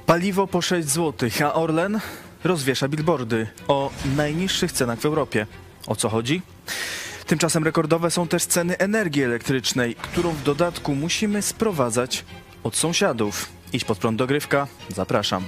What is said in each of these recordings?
Paliwo po 6 zł, a Orlen rozwiesza billboardy o najniższych cenach w Europie. O co chodzi? Tymczasem rekordowe są też ceny energii elektrycznej, którą w dodatku musimy sprowadzać od sąsiadów. Idź pod prąd dogrywka, zapraszam.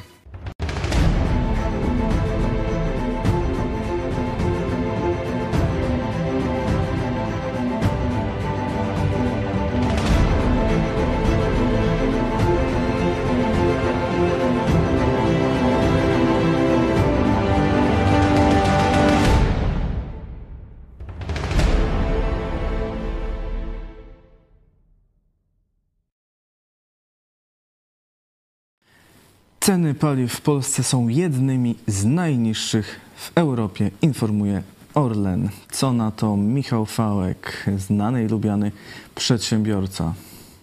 Ceny paliw w Polsce są jednymi z najniższych w Europie, informuje Orlen. Co na to Michał Fałek, znany i lubiany przedsiębiorca.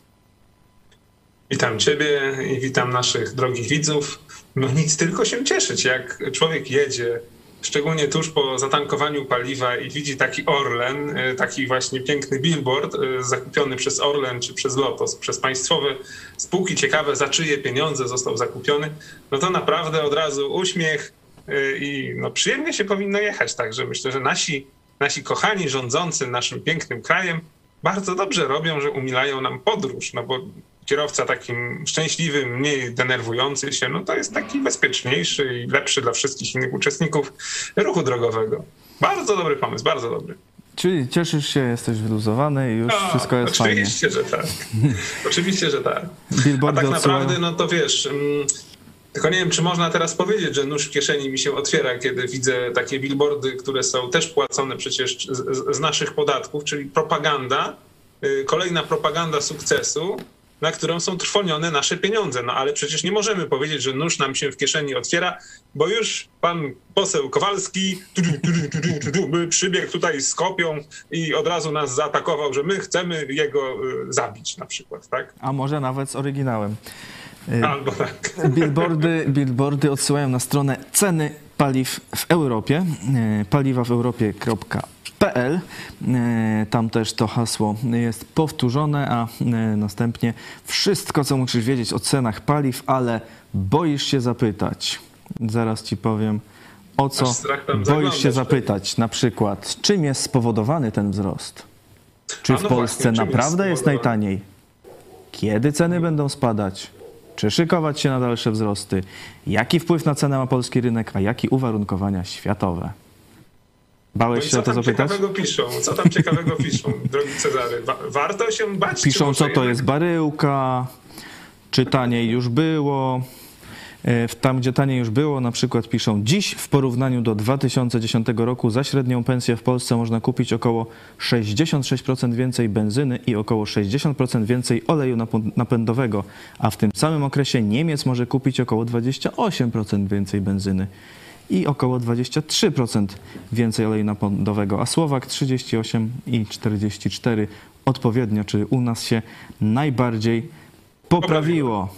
Witam Ciebie i witam naszych drogich widzów. No nic, tylko się cieszyć, jak człowiek jedzie, szczególnie tuż po zatankowaniu paliwa i widzi taki Orlen, taki właśnie piękny billboard zakupiony przez Orlen czy przez Lotos, przez państwowe spółki. Ciekawe, za czyje pieniądze został zakupiony. No to naprawdę od razu uśmiech i no przyjemnie się powinno jechać. Także myślę, że nasi kochani rządzący naszym pięknym krajem bardzo dobrze robią, że umilają nam podróż, no bo kierowca takim szczęśliwym, mniej denerwujący się, no to jest taki bezpieczniejszy i lepszy dla wszystkich innych uczestników ruchu drogowego. Bardzo dobry pomysł, bardzo dobry. Czyli cieszysz się, jesteś wyluzowany i już wszystko jest fajnie. Oczywiście, że tak. Oczywiście, że tak. Billboardy a tak naprawdę, odsyłają... no to wiesz, tylko nie wiem, czy można teraz powiedzieć, że nóż w kieszeni mi się otwiera, kiedy widzę takie billboardy, które są też płacone przecież z naszych podatków, czyli propaganda, kolejna propaganda sukcesu, na którą są trwonione nasze pieniądze. No ale przecież nie możemy powiedzieć, że nóż nam się w kieszeni otwiera, bo już pan poseł Kowalski przybiegł tutaj z kopią i od razu nas zaatakował, że my chcemy jego zabić na przykład, tak? A może nawet z oryginałem. Albo tak. Billboardy odsyłają na stronę ceny paliw w Europie, paliwaweuropie.pl. Tam też to hasło jest powtórzone, a następnie wszystko, co musisz wiedzieć o cenach paliw, ale boisz się zapytać. Zaraz ci powiem, o co boisz się zapytać. Na przykład, czym jest spowodowany ten wzrost? Czy w Polsce naprawdę jest najtaniej? Kiedy ceny będą spadać? Czy szykować się na dalsze wzrosty? Jaki wpływ na cenę ma polski rynek, a jakie uwarunkowania światowe? Bałeś się o to zapytać? Co tam ciekawego piszą, drogi Cezary? Warto się bać? Piszą, co to jest baryłka, czy taniej już było. Tam, gdzie taniej już było, na przykład piszą: dziś w porównaniu do 2010 roku za średnią pensję w Polsce można kupić około 66% więcej benzyny i około 60% więcej oleju napędowego, a w tym samym okresie Niemiec może kupić około 28% więcej benzyny i około 23% więcej oleju napędowego, a Słowak 38 i 44 odpowiednio. Czy u nas się najbardziej poprawiło?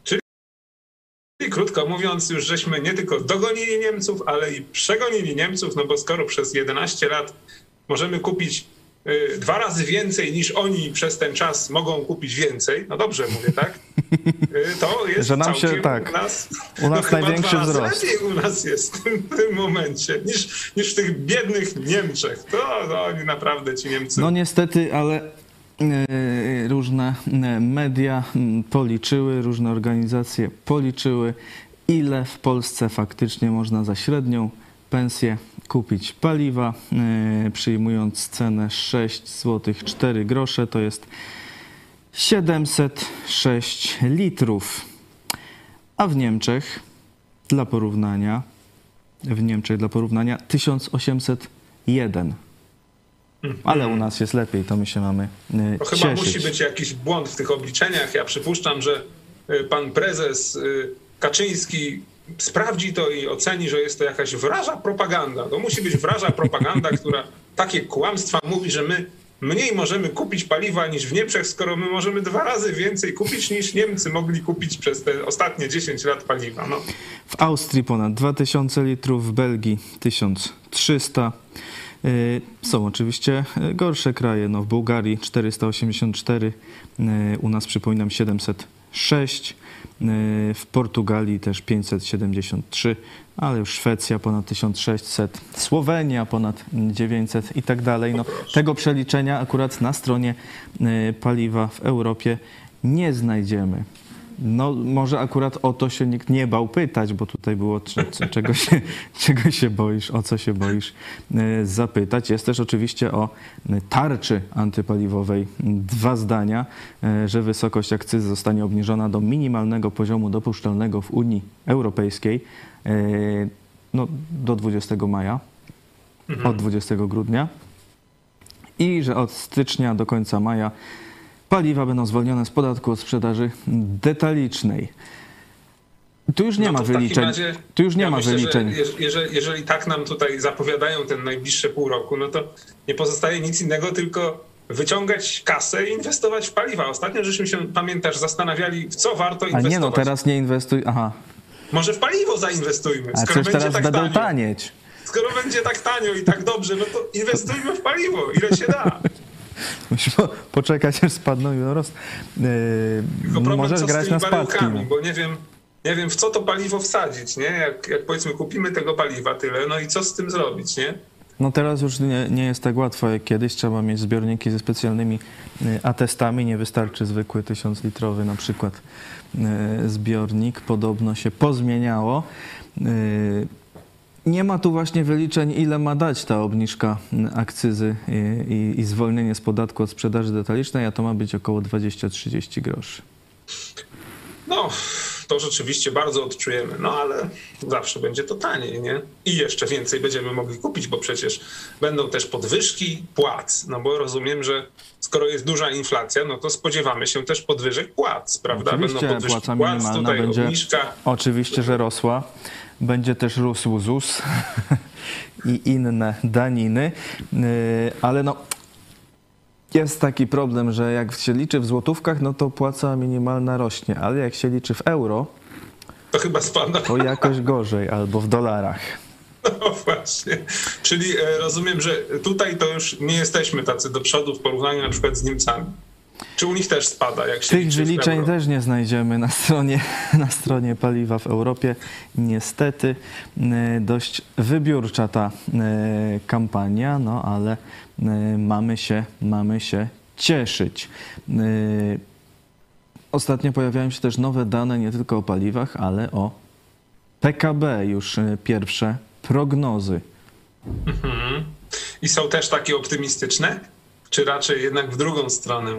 I krótko mówiąc, już żeśmy nie tylko dogonili Niemców, ale i przegonili Niemców, no bo skoro przez 11 lat możemy kupić 2 razy więcej niż oni przez ten czas mogą kupić więcej, no dobrze mówię, tak? To jest że nam się, tak, u nas największy wzrost. Lepiej u nas jest w tym momencie niż w tych biednych Niemczech. To oni naprawdę, ci Niemcy. No niestety, ale różne media policzyły, różne organizacje policzyły, ile w Polsce faktycznie można za średnią pensję kupić paliwa, przyjmując cenę 6 zł 4 grosze, to jest 706 litrów. A w Niemczech dla porównania 1801. Ale u nas jest lepiej, to my się mamy to cieszyć. Chyba musi być jakiś błąd w tych obliczeniach. Ja przypuszczam, że pan prezes Kaczyński sprawdzi to i oceni, że jest to jakaś wraża propaganda. To musi być wraża propaganda, która takie kłamstwa mówi, że my mniej możemy kupić paliwa niż w Niemczech, skoro my możemy 2 razy więcej kupić niż Niemcy mogli kupić przez te ostatnie 10 lat paliwa. No. W Austrii ponad 2000 litrów, w Belgii 1300. Są oczywiście gorsze kraje. No, w Bułgarii 484, u nas przypominam 706 506, w Portugalii też 573, ale już Szwecja ponad 1600, Słowenia ponad 900 i tak dalej. No, tego przeliczenia akurat na stronie paliwa w Europie nie znajdziemy. No może akurat o to się nikt nie bał pytać, bo tutaj było czego się boisz, o co się boisz zapytać. Jest też oczywiście o tarczy antypaliwowej 2 zdania, że wysokość akcyzy zostanie obniżona do minimalnego poziomu dopuszczalnego w Unii Europejskiej no, do 20 maja, od 20 grudnia i że od stycznia do końca maja paliwa będą zwolnione z podatku od sprzedaży detalicznej. Tu już nie ma wyliczeń. Tu już nie ma wyliczeń. Jeżeli tak nam tutaj zapowiadają ten najbliższe pół roku, no to nie pozostaje nic innego, tylko wyciągać kasę i inwestować w paliwa. Ostatnio żeśmy się, pamiętasz, zastanawiali, w co warto inwestować. A nie, no teraz nie inwestuj. Aha. Może w paliwo zainwestujmy. A coś teraz tak będą tanieć. Skoro będzie tak tanio i tak dobrze, no to inwestujmy w paliwo, ile się da. Musimy poczekać, aż spadną i Tylko problem, możesz co grać z tymi na spadki. baryłkami, bo nie wiem, w co to paliwo wsadzić, nie? Jak powiedzmy kupimy tego paliwa tyle, no i co z tym zrobić, nie? No teraz już nie jest tak łatwo jak kiedyś. Trzeba mieć zbiorniki ze specjalnymi atestami. Nie wystarczy zwykły 1000-litrowy na przykład zbiornik. Podobno się pozmieniało. Nie ma tu właśnie wyliczeń, ile ma dać ta obniżka akcyzy i zwolnienie z podatku od sprzedaży detalicznej, a to ma być około 20-30 groszy. No, to rzeczywiście bardzo odczujemy, no ale zawsze będzie to taniej, nie? I jeszcze więcej będziemy mogli kupić, bo przecież będą też podwyżki płac, no bo rozumiem, że skoro jest duża inflacja, no to spodziewamy się też podwyżek płac, prawda? Oczywiście będą podwyżki płaca płac, minimalna tutaj będzie obniżka. oczywiście, że rosła. Będzie też rósł ZUS i inne daniny, ale no jest taki problem, że jak się liczy w złotówkach, no to płaca minimalna rośnie, ale jak się liczy w euro, to chyba spada. To jakoś gorzej, albo w dolarach. No właśnie. Czyli rozumiem, że tutaj to już nie jesteśmy tacy do przodu w porównaniu na przykład z Niemcami. Czy u nich też spada? Jak się Tych wyliczeń też nie znajdziemy na stronie paliwa w Europie. Niestety dość wybiórcza ta kampania, no ale mamy się cieszyć. Ostatnio pojawiają się też nowe dane nie tylko o paliwach, ale o PKB, już pierwsze prognozy. I są też takie optymistyczne? Czy raczej jednak w drugą stronę?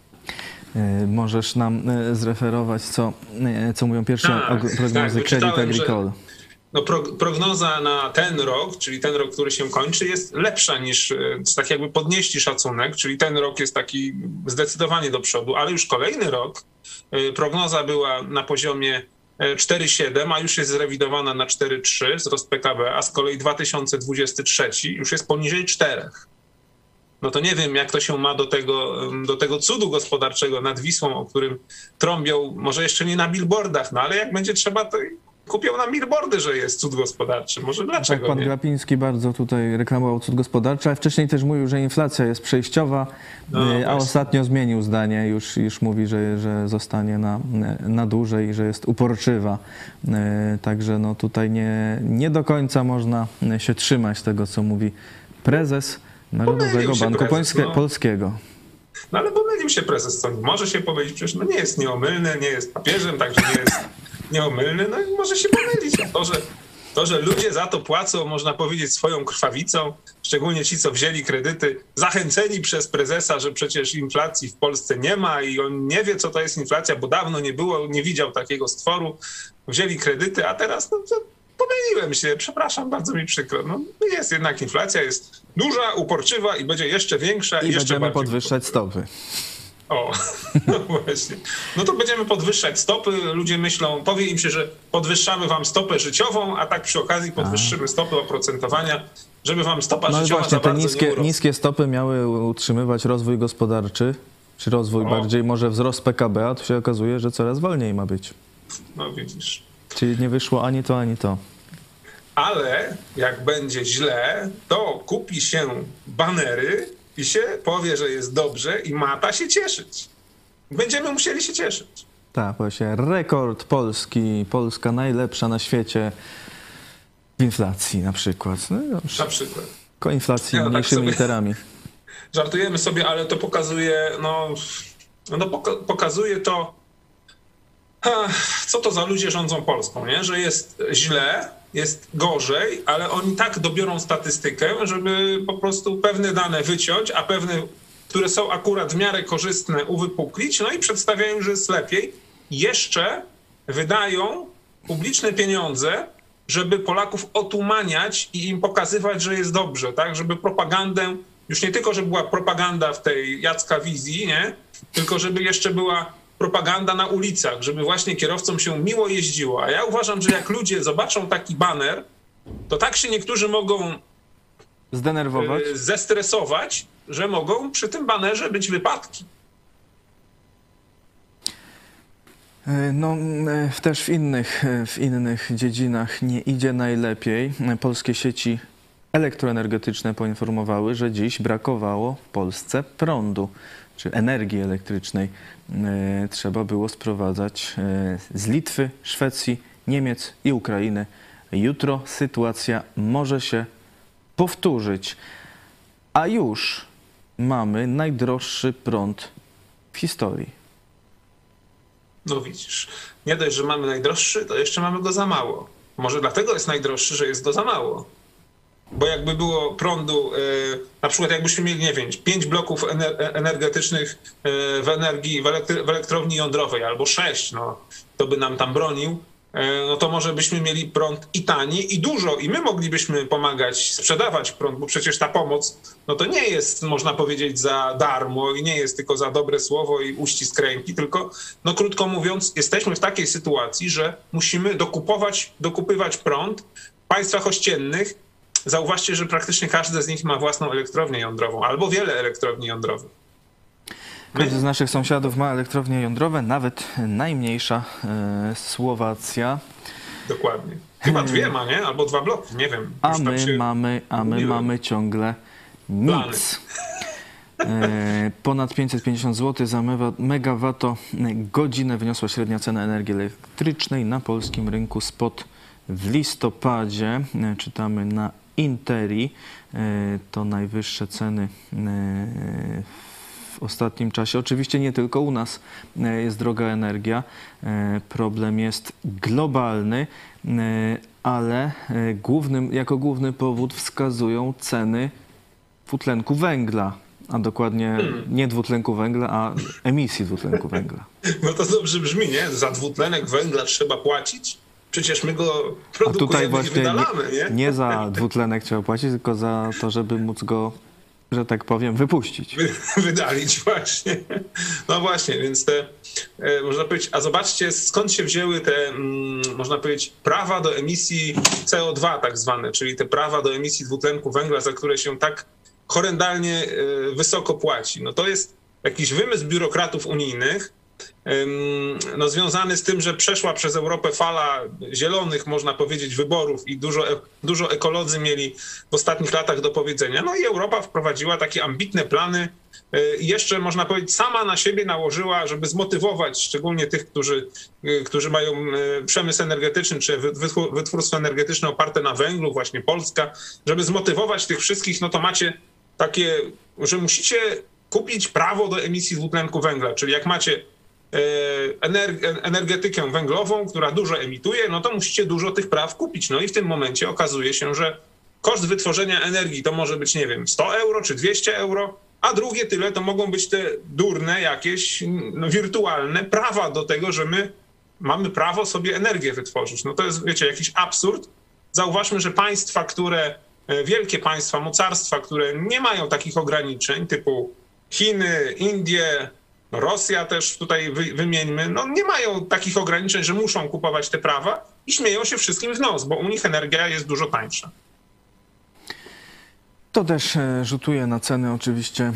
Możesz nam zreferować, co mówią pierwsze prognozy Credit Agricole. No, prognoza na ten rok, czyli ten rok, który się kończy, jest lepsza niż, tak jakby podnieśli szacunek, czyli ten rok jest taki zdecydowanie do przodu, ale już kolejny rok prognoza była na poziomie 4,7, a już jest zrewidowana na 4,3 wzrost PKB, a z kolei 2023 już jest poniżej 4. No to nie wiem, jak to się ma do tego cudu gospodarczego nad Wisłą, o którym trąbią, może jeszcze nie na billboardach, no ale jak będzie trzeba, to kupią na billboardy, że jest cud gospodarczy. Może dlaczego tak, pan nie? Glapiński bardzo tutaj reklamował cud gospodarczy, ale wcześniej też mówił, że inflacja jest przejściowa, a ostatnio zmienił zdanie. Już mówi, że zostanie na dłużej, że jest uporczywa. Także no tutaj nie do końca można się trzymać tego, co mówi prezes Narodowego Banku Polskiego. No ale pomylił się prezes, co może się pomylić, przecież no nie jest nieomylny, nie jest papieżem, także nie jest nieomylny, no i może się pomylić. A to, że ludzie za to płacą, można powiedzieć, swoją krwawicą, szczególnie ci, co wzięli kredyty, zachęceni przez prezesa, że przecież inflacji w Polsce nie ma i on nie wie, co to jest inflacja, bo dawno nie było, nie widział takiego stworu, wzięli kredyty, a teraz no, pomyliłem się, przepraszam, bardzo mi przykro. No, jest jednak inflacja, jest duża, uporczywa i będzie jeszcze większa. I jeszcze będziemy podwyższać stopy. O, no właśnie. No to będziemy podwyższać stopy. Ludzie myślą, powie im się, że podwyższamy wam stopę życiową, a tak przy okazji podwyższymy stopy oprocentowania, żeby wam stopa życiowa właśnie, za bardzo te nie urosła. niskie stopy miały utrzymywać rozwój gospodarczy, czy rozwój bardziej może wzrost PKB, a tu się okazuje, że coraz wolniej ma być. No widzisz. Czyli nie wyszło ani to, ani to. Ale jak będzie źle, to kupi się banery i się powie, że jest dobrze i mata się cieszyć. Będziemy musieli się cieszyć. Tak, właśnie rekord Polski, Polska najlepsza na świecie w inflacji na przykład. No, już Na przykład. koinflacji Tak mniejszymi sobie literami. żartujemy sobie, ale to pokazuje, pokazuje to, co to za ludzie rządzą Polską, nie? Że jest źle, jest gorzej, ale oni tak dobiorą statystykę, żeby po prostu pewne dane wyciąć, a pewne, które są akurat w miarę korzystne, uwypuklić, no i przedstawiają, że jest lepiej. Jeszcze wydają publiczne pieniądze, żeby Polaków otumaniać i im pokazywać, że jest dobrze, tak? Żeby propagandę, już nie tylko, żeby była propaganda w tej Jacka wizji, nie? Tylko żeby jeszcze była propaganda na ulicach, żeby właśnie kierowcom się miło jeździło. A ja uważam, że jak ludzie zobaczą taki baner, to tak się niektórzy mogą Zdenerwować? zestresować, że mogą przy tym banerze być wypadki. No, też w innych dziedzinach nie idzie najlepiej. Polskie sieci elektroenergetyczne poinformowały, że dziś brakowało w Polsce prądu, czy energii elektrycznej. Trzeba było sprowadzać z Litwy, Szwecji, Niemiec i Ukrainy. Jutro sytuacja może się powtórzyć, a już mamy najdroższy prąd w historii. No widzisz, nie dość, że mamy najdroższy, to jeszcze mamy go za mało. Może dlatego jest najdroższy, że jest go za mało. Bo jakby było prądu, na przykład jakbyśmy mieli, nie wiem, 5 bloków energetycznych w elektrowni jądrowej albo 6, no to by nam tam bronił, no to może byśmy mieli prąd i tani, i dużo, i my moglibyśmy pomagać sprzedawać prąd, bo przecież ta pomoc, no to nie jest, można powiedzieć, za darmo i nie jest tylko za dobre słowo i uścisk ręki, tylko, no krótko mówiąc, jesteśmy w takiej sytuacji, że musimy dokupywać prąd w państwach ościennych. Zauważcie, że praktycznie każde z nich ma własną elektrownię jądrową albo wiele elektrowni jądrowych. Każdy z naszych sąsiadów ma elektrownie jądrowe, nawet najmniejsza Słowacja. Dokładnie. Chyba 2 ma, nie? Albo 2 bloki, nie wiem. A my mamy ciągle nic. Ponad 550 zł za megawattogodzinę wyniosła średnia cena energii elektrycznej na polskim rynku spot w listopadzie. Czytamy na Interi, to najwyższe ceny w ostatnim czasie. Oczywiście nie tylko u nas jest droga energia, problem jest globalny, ale jako główny powód wskazują ceny dwutlenku węgla, a dokładnie nie dwutlenku węgla, a emisji dwutlenku węgla. No to dobrze brzmi, nie? Za dwutlenek węgla trzeba płacić? Przecież my go A tutaj produkujemy i właśnie wydalamy, nie? nie za dwutlenek trzeba płacić, tylko za to, żeby móc go, że tak powiem, wypuścić. Wydalić właśnie. No właśnie, więc można powiedzieć, a zobaczcie, skąd się wzięły te, można powiedzieć, prawa do emisji CO2 tak zwane, czyli te prawa do emisji dwutlenku węgla, za które się tak horrendalnie wysoko płaci. No to jest jakiś wymysł biurokratów unijnych, no, związany z tym, że przeszła przez Europę fala zielonych, można powiedzieć, wyborów i dużo ekolodzy mieli w ostatnich latach do powiedzenia. No i Europa wprowadziła takie ambitne plany i jeszcze, można powiedzieć, sama na siebie nałożyła, żeby zmotywować szczególnie tych, którzy mają przemysł energetyczny czy wytwórstwo energetyczne oparte na węglu, właśnie Polska, żeby zmotywować tych wszystkich, no to macie takie, że musicie kupić prawo do emisji dwutlenku węgla, czyli jak macie energetykę węglową, która dużo emituje, no to musicie dużo tych praw kupić. No i w tym momencie okazuje się, że koszt wytworzenia energii to może być, nie wiem, 100 euro czy 200 euro, a drugie tyle to mogą być te durne jakieś wirtualne prawa do tego, że my mamy prawo sobie energię wytworzyć. No to jest, wiecie, jakiś absurd. Zauważmy, że państwa, wielkie państwa, mocarstwa, które nie mają takich ograniczeń, typu Chiny, Indie, Rosja też tutaj wymieńmy, no nie mają takich ograniczeń, że muszą kupować te prawa i śmieją się wszystkim w nos, bo u nich energia jest dużo tańsza. To też rzutuje na ceny oczywiście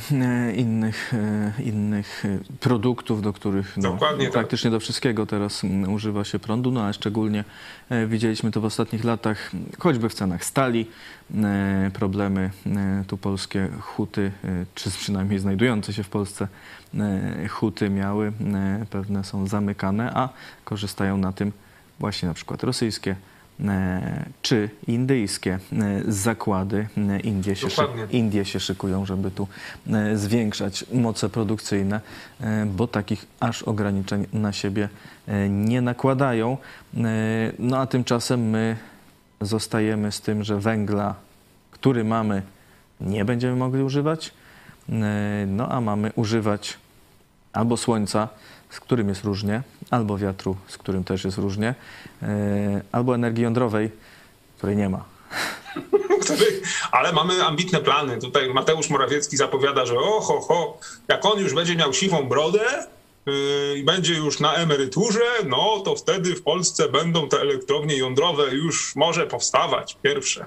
innych produktów, do których praktycznie do wszystkiego teraz używa się prądu, no ale szczególnie widzieliśmy to w ostatnich latach, choćby w cenach stali. Problemy tu polskie huty, czy przynajmniej znajdujące się w Polsce huty miały, pewne są zamykane, a korzystają na tym właśnie na przykład rosyjskie czy indyjskie zakłady. Indie się szykują, żeby tu zwiększać moce produkcyjne, bo takich aż ograniczeń na siebie nie nakładają. No a tymczasem my zostajemy z tym, że węgla, który mamy, nie będziemy mogli używać, no a mamy używać albo słońca, z którym jest różnie, albo wiatru, z którym też jest różnie, albo energii jądrowej, której nie ma. Ale mamy ambitne plany. Tutaj Mateusz Morawiecki zapowiada, że jak on już będzie miał siwą brodę i będzie już na emeryturze, no to wtedy w Polsce będą te elektrownie jądrowe już może powstawać pierwsze.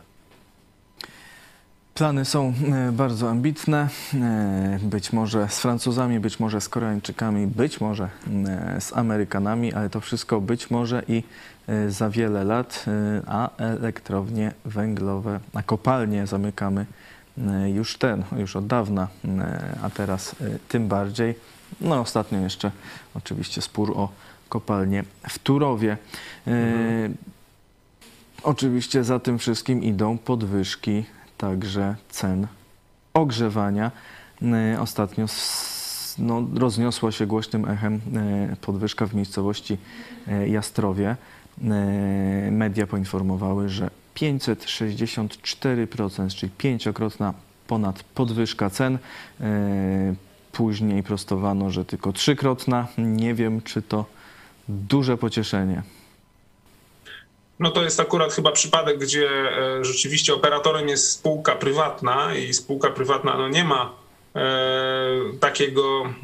Plany są bardzo ambitne, być może z Francuzami, być może z Koreańczykami, być może z Amerykanami, ale to wszystko być może i za wiele lat, a elektrownie węglowe, a kopalnie zamykamy już od dawna, a teraz tym bardziej. No ostatnio jeszcze oczywiście spór o kopalnię w Turowie. Oczywiście za tym wszystkim idą podwyżki także cen ogrzewania. Ostatnio rozniosła się głośnym echem podwyżka w miejscowości Jastrowie. Media poinformowały, że 564%, czyli 5-krotna ponad podwyżka cen. Później prostowano, że tylko 3-krotna. Nie wiem, czy to duże pocieszenie. No to jest akurat chyba przypadek, gdzie rzeczywiście operatorem jest spółka prywatna i spółka prywatna nie ma takiej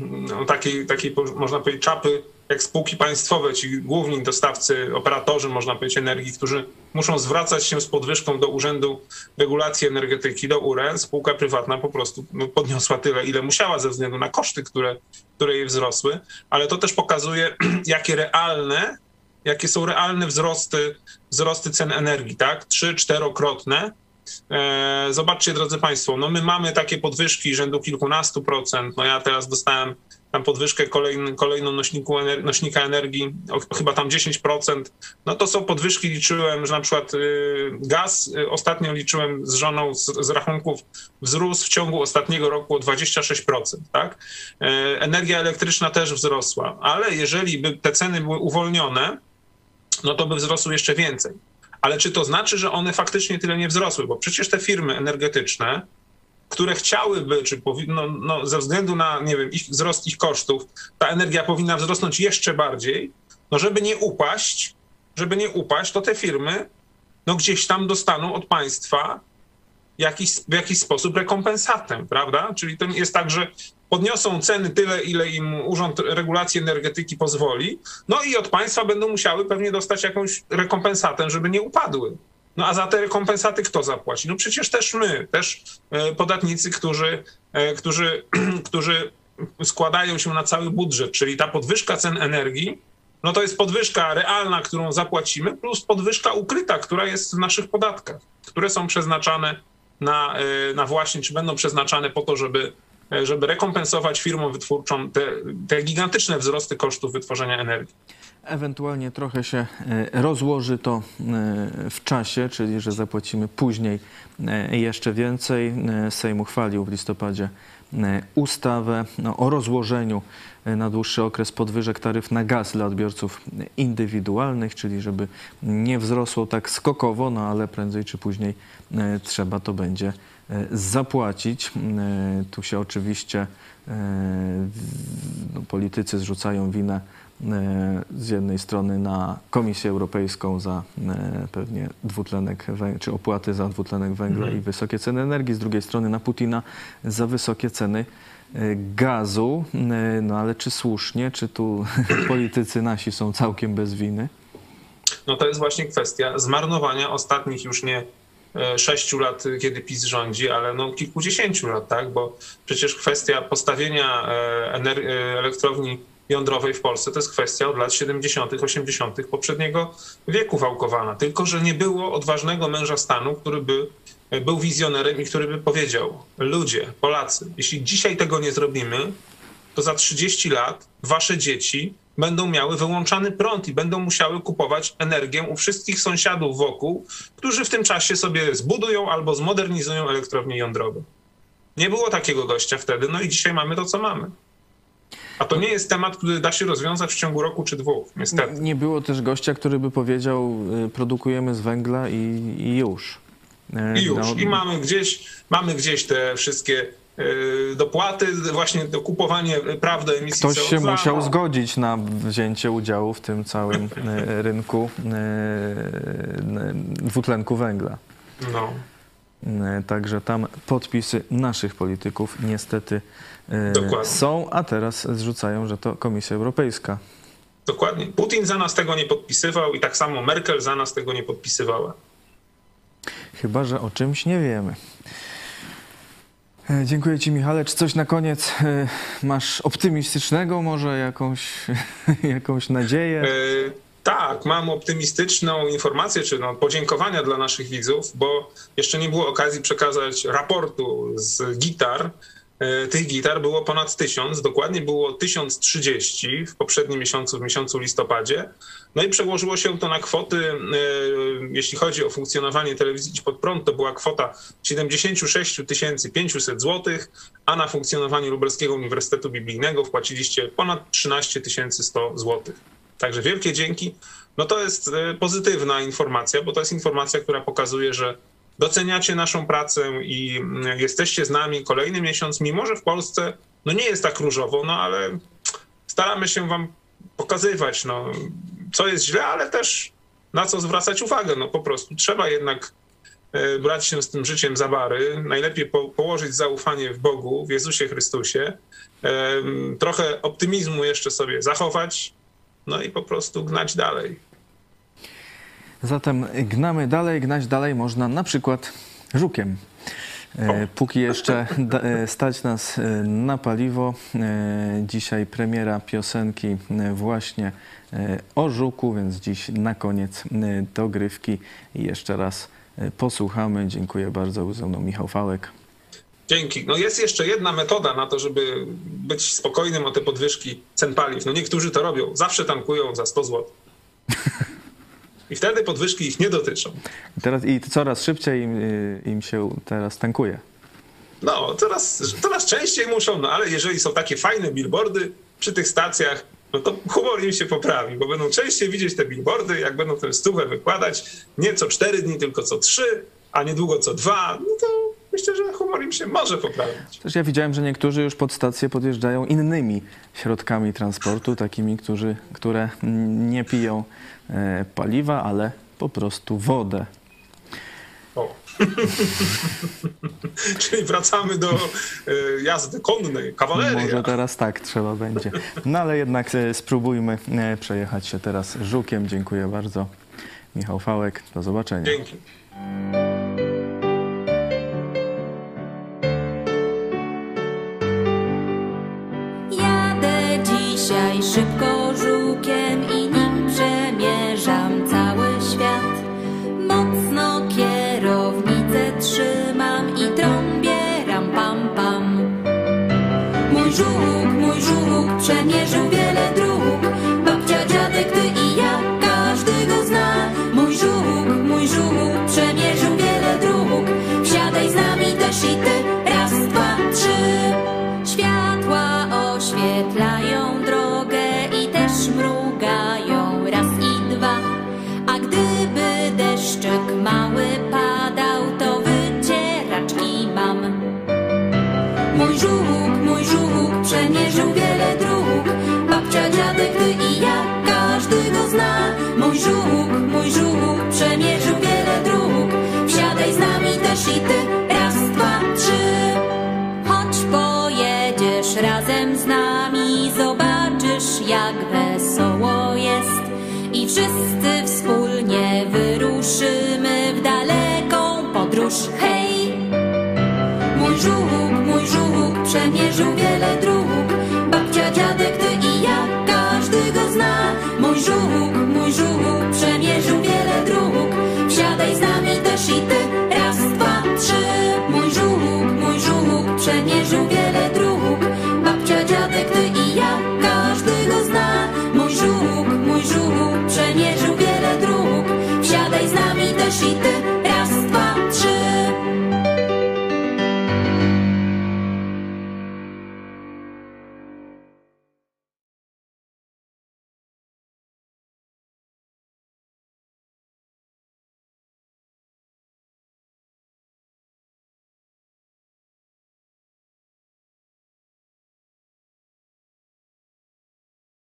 można powiedzieć czapy jak spółki państwowe, ci główni dostawcy, operatorzy można powiedzieć energii, którzy muszą zwracać się z podwyżką do Urzędu Regulacji Energetyki, do URE. Spółka prywatna po prostu podniosła tyle, ile musiała ze względu na koszty, które jej wzrosły, ale to też pokazuje, jakie są realne wzrosty cen energii, tak? 3-4-krotne. Zobaczcie, drodzy Państwo, no my mamy takie podwyżki rzędu kilkunastu procent. No ja teraz dostałem tam podwyżkę kolejną nośnika energii, chyba tam 10%. No to są podwyżki, liczyłem, że na przykład gaz, ostatnio liczyłem z żoną z rachunków, wzrósł w ciągu ostatniego roku o 26%, tak? Energia elektryczna też wzrosła, ale jeżeli by te ceny były uwolnione, no to by wzrosły jeszcze więcej. Ale czy to znaczy, że one faktycznie tyle nie wzrosły? Bo przecież te firmy energetyczne, które chciałyby, czy ze względu na, nie wiem, wzrost ich kosztów, ta energia powinna wzrosnąć jeszcze bardziej, no żeby nie upaść, to te firmy gdzieś tam dostaną od państwa w jakiś sposób rekompensatę, prawda? Czyli to jest tak, że podniosą ceny tyle, ile im Urząd Regulacji Energetyki pozwoli, no i od państwa będą musiały pewnie dostać jakąś rekompensatę, żeby nie upadły. No a za te rekompensaty kto zapłaci? No przecież też my, podatnicy, którzy składają się na cały budżet, czyli ta podwyżka cen energii, no to jest podwyżka realna, którą zapłacimy, plus podwyżka ukryta, która jest w naszych podatkach, które są przeznaczane na właśnie, czy będą przeznaczane po to, żeby rekompensować firmom wytwórczom te gigantyczne wzrosty kosztów wytworzenia energii. Ewentualnie trochę się rozłoży to w czasie, czyli że zapłacimy później jeszcze więcej. Sejm uchwalił w listopadzie ustawę o rozłożeniu na dłuższy okres podwyżek taryf na gaz dla odbiorców indywidualnych, czyli żeby nie wzrosło tak skokowo, no ale prędzej czy później trzeba to będzie zapłacić. Tu się oczywiście politycy zrzucają winę z jednej strony na Komisję Europejską za pewnie dwutlenek węgla, czy opłaty za dwutlenek węgla i wysokie ceny energii, z drugiej strony na Putina za wysokie ceny gazu. No ale czy słusznie, czy tu politycy nasi są całkiem bez winy? No to jest właśnie kwestia zmarnowania ostatnich już nie 6 lat, kiedy PiS rządzi, ale no kilkudziesięciu lat, tak? Bo przecież kwestia postawienia elektrowni jądrowej w Polsce to jest kwestia od lat 70., 80. poprzedniego wieku wałkowana. Tylko że nie było odważnego męża stanu, który by był wizjonerem i który by powiedział: ludzie, Polacy, jeśli dzisiaj tego nie zrobimy, to za 30 lat wasze dzieci będą miały wyłączany prąd i będą musiały kupować energię u wszystkich sąsiadów wokół, którzy w tym czasie sobie zbudują albo zmodernizują elektrownie jądrowe. Nie było takiego gościa wtedy, no i dzisiaj mamy to, co mamy. A to nie jest temat, który da się rozwiązać w ciągu roku czy dwóch, niestety. Nie było też gościa, który by powiedział: produkujemy z węgla i już. I mamy gdzieś te wszystkie dopłaty, właśnie do kupowanie praw do emisji CO2. Ktoś się musiał zgodzić na wzięcie udziału w tym całym rynku dwutlenku węgla. No. Także tam podpisy naszych polityków niestety są, a teraz zrzucają, że to Komisja Europejska. Dokładnie. Putin za nas tego nie podpisywał i tak samo Merkel za nas tego nie podpisywała. Chyba że o czymś nie wiemy. Dziękuję ci, Michale. Czy coś na koniec masz optymistycznego, może jakąś nadzieję? Tak, mam optymistyczną informację, czy podziękowania dla naszych widzów, bo jeszcze nie było okazji przekazać raportu z gitar. Tych gitar było ponad 1000, dokładnie było 1030 w poprzednim miesiącu, w miesiącu listopadzie. No i przełożyło się to na kwoty, jeśli chodzi o funkcjonowanie telewizji Idź Pod Prąd, to była kwota 76 500 zł, a na funkcjonowanie Lubelskiego Uniwersytetu Biblijnego wpłaciliście ponad 13 100 zł. Także wielkie dzięki. No to jest pozytywna informacja, bo to jest informacja, która pokazuje, że doceniacie naszą pracę i jesteście z nami kolejny miesiąc, mimo że w Polsce nie jest tak różowo, ale staramy się wam pokazywać, co jest źle, ale też na co zwracać uwagę. Po prostu trzeba jednak brać się z tym życiem za bary, najlepiej położyć zaufanie w Bogu, w Jezusie Chrystusie, trochę optymizmu jeszcze sobie zachować, i po prostu gnać dalej. Zatem gnamy dalej, gnać dalej można na przykład Żukiem. Póki jeszcze stać nas na paliwo, dzisiaj premiera piosenki właśnie o Żuku, więc dziś na koniec dogrywki i jeszcze raz posłuchamy. Dziękuję bardzo. Był ze mną Michał Fałek. Dzięki. Jest jeszcze jedna metoda na to, żeby być spokojnym o te podwyżki cen paliw. Niektórzy to robią. Zawsze tankują za 100 zł. I wtedy podwyżki ich nie dotyczą. I coraz szybciej im się teraz tankuje. Coraz częściej muszą, ale jeżeli są takie fajne billboardy przy tych stacjach, to humor im się poprawi, bo będą częściej widzieć te billboardy, jak będą tę stówę wykładać, nie co 4 dni, tylko co 3, a niedługo co 2, to myślę, że humor im się może poprawić. Też ja widziałem, że niektórzy już pod stację podjeżdżają innymi środkami transportu, takimi, które nie piją paliwa, ale po prostu wodę. Czyli wracamy do jazdy konnej, kawalerii. Może teraz tak trzeba będzie. Ale jednak spróbujmy przejechać się teraz Żukiem. Dziękuję bardzo. Michał Fałek, do zobaczenia. Dzięki. Jadę dzisiaj szybko Żukiem i nim przemierzam cały świat. Mocno kierownicę trzymam i trąbię ram pam pam. Mój żuk przemierzył wiele dróg. Babcia, dziadek, ty i ja, każdy go zna. Mój żuk przemierzył wiele dróg. Wsiadaj z nami też i ty, raz, dwa, trzy. Światła oświetlają drogę i też mrugają, raz i dwa. A gdyby deszczyk mały padał, to wycieraczki mam. Mój żuk przemierzył wiele dróg. Babcia, dziadek, ty i ja, każdy go zna. Mój żuk przemierzył wiele dróg. Wsiadaj z nami też i ty, raz, dwa, trzy. Chodź pojedziesz razem z nami, zobaczysz jak wesoło jest. I wszyscy wspólnie wyruszymy w daleką podróż. przejrzył wiele dróg. Babcia, dziadek, ty i ja, każdy go zna.